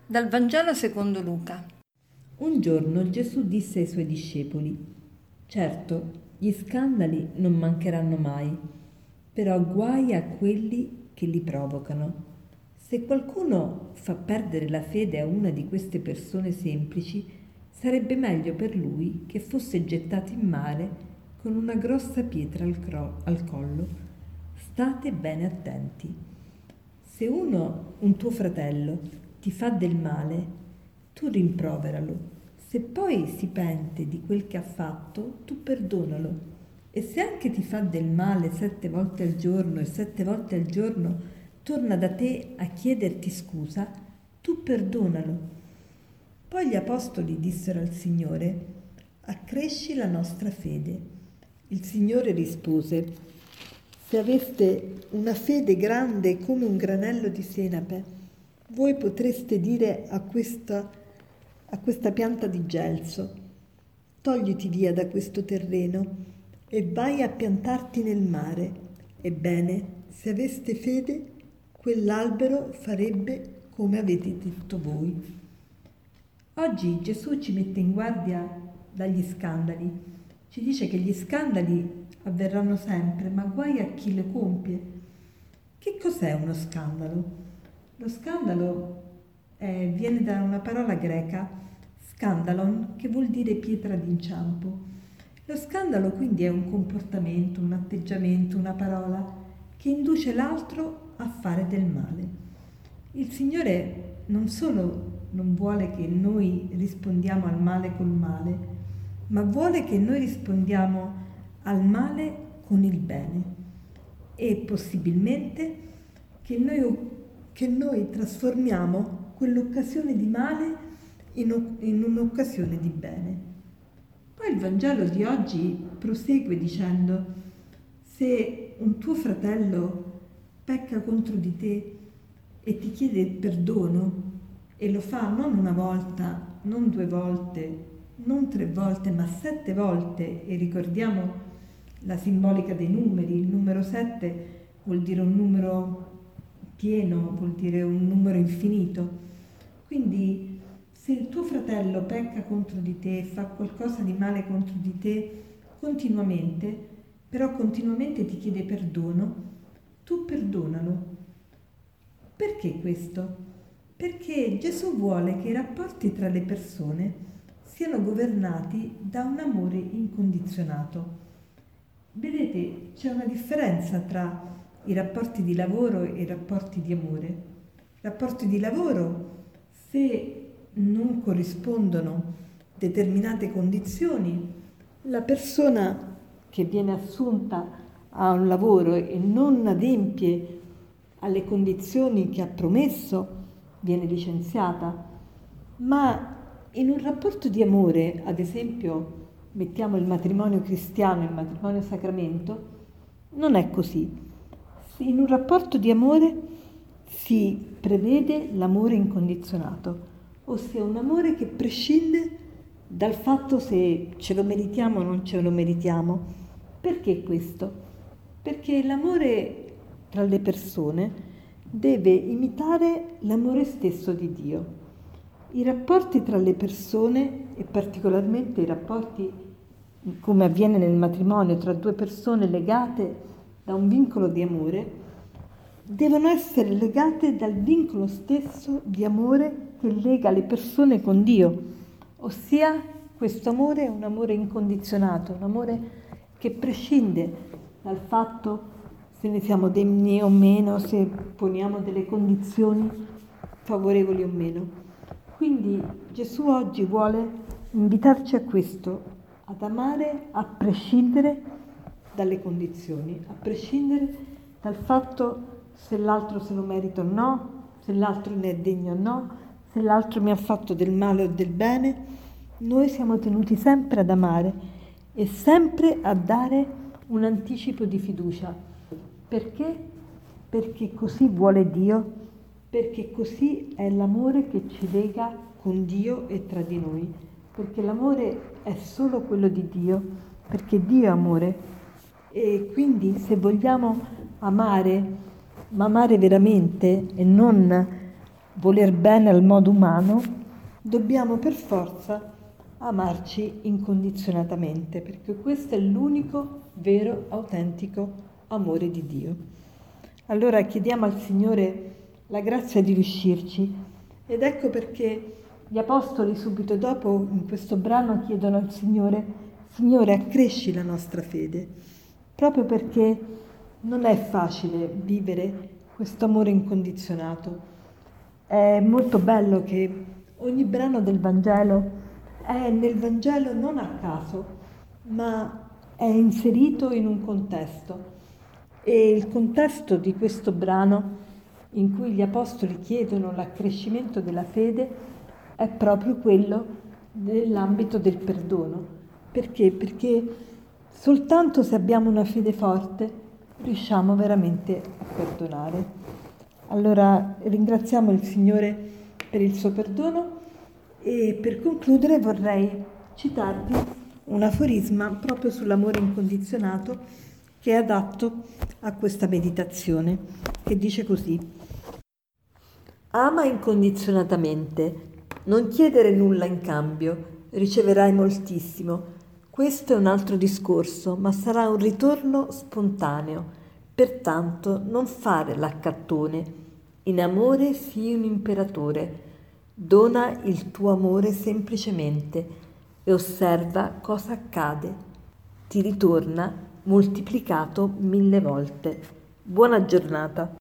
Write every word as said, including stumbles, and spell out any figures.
Dal Vangelo secondo Luca. Un giorno Gesù disse ai suoi discepoli: certo, gli scandali non mancheranno mai, però guai a quelli che li provocano. Se qualcuno fa perdere la fede a una di queste persone semplici, sarebbe meglio per lui che fosse gettato in mare con una grossa pietra al, cro- al collo. State bene attenti. Se uno, un tuo fratello, ti fa del male, tu rimproveralo. Se poi si pente di quel che ha fatto, tu perdonalo. E se anche ti fa del male sette volte al giorno e sette volte al giorno torna da te a chiederti scusa, tu perdonalo. Poi gli apostoli dissero al Signore: accresci la nostra fede. Il Signore rispose: se aveste una fede grande come un granello di senape, voi potreste dire a questa, a questa pianta di gelso: togliti via da questo terreno e vai a piantarti nel mare. Ebbene, se aveste fede, quell'albero farebbe come avete detto voi. Oggi Gesù ci mette in guardia dagli scandali. Ci dice che gli scandali avverranno sempre, ma guai a chi lo compie. Che cos'è uno scandalo? Lo scandalo eh, viene da una parola greca, scandalon, che vuol dire pietra d'inciampo. Lo scandalo quindi è un comportamento, un atteggiamento, una parola che induce l'altro a fare del male. Il Signore non solo non vuole che noi rispondiamo al male col male, ma vuole che noi rispondiamo al male con il bene e possibilmente che noi che noi trasformiamo quell'occasione di male in, in un'occasione di bene. Poi il Vangelo di oggi prosegue dicendo: se un tuo fratello pecca contro di te e ti chiede perdono, e lo fa non una volta, non due volte, non tre volte, ma sette volte, e ricordiamo la simbolica dei numeri, il numero sette vuol dire un numero pieno, vuol dire un numero infinito. Quindi se il tuo fratello pecca contro di te, fa qualcosa di male contro di te continuamente, però continuamente ti chiede perdono, tu perdonalo. Perché questo? Perché Gesù vuole che i rapporti tra le persone siano governati da un amore incondizionato. Vedete, c'è una differenza tra i rapporti di lavoro e i rapporti di amore. I rapporti di lavoro, se non corrispondono determinate condizioni, la persona che viene assunta a un lavoro e non adempie alle condizioni che ha promesso viene licenziata. Ma in un rapporto di amore, ad esempio, mettiamo il matrimonio cristiano, il matrimonio sacramento, non è così. In un rapporto di amore si prevede l'amore incondizionato, ossia un amore che prescinde dal fatto se ce lo meritiamo o non ce lo meritiamo. Perché questo? Perché l'amore tra le persone deve imitare l'amore stesso di Dio. I rapporti tra le persone, e particolarmente i rapporti come avviene nel matrimonio tra due persone legate da un vincolo di amore, devono essere legate dal vincolo stesso di amore che lega le persone con Dio, ossia questo amore è un amore incondizionato, un amore che prescinde dal fatto se ne siamo degni o meno, se poniamo delle condizioni favorevoli o meno. Quindi Gesù oggi vuole invitarci a questo, ad amare a prescindere dalle condizioni, a prescindere dal fatto se l'altro se lo merita o no, se l'altro ne è degno o no, se l'altro mi ha fatto del male o del bene. Noi siamo tenuti sempre ad amare e sempre a dare un anticipo di fiducia. Perché? Perché così vuole Dio, perché così è l'amore che ci lega con Dio e tra di noi, perché l'amore è solo quello di Dio, perché Dio è amore. E quindi se vogliamo amare, ma amare veramente e non voler bene al modo umano, dobbiamo per forza amarci incondizionatamente, perché questo è l'unico vero, autentico amore di Dio. Allora chiediamo al Signore la grazia di riuscirci, ed ecco perché gli apostoli subito dopo in questo brano chiedono al Signore: Signore, accresci la nostra fede, proprio perché non è facile vivere questo amore incondizionato. È molto bello che ogni brano del Vangelo è nel Vangelo non a caso, ma è inserito in un contesto. E il contesto di questo brano, in cui gli apostoli chiedono l'accrescimento della fede, è proprio quello nell'ambito del perdono. Perché? Perché soltanto se abbiamo una fede forte riusciamo veramente a perdonare. Allora ringraziamo il Signore per il suo perdono e per concludere vorrei citarvi un aforisma proprio sull'amore incondizionato che è adatto a questa meditazione, che dice così: ama incondizionatamente, non chiedere nulla in cambio, riceverai moltissimo. Questo è un altro discorso, ma sarà un ritorno spontaneo. Pertanto non fare l'accattone. In amore sii un imperatore. Dona il tuo amore semplicemente e osserva cosa accade. Ti ritorna moltiplicato mille volte. Buona giornata.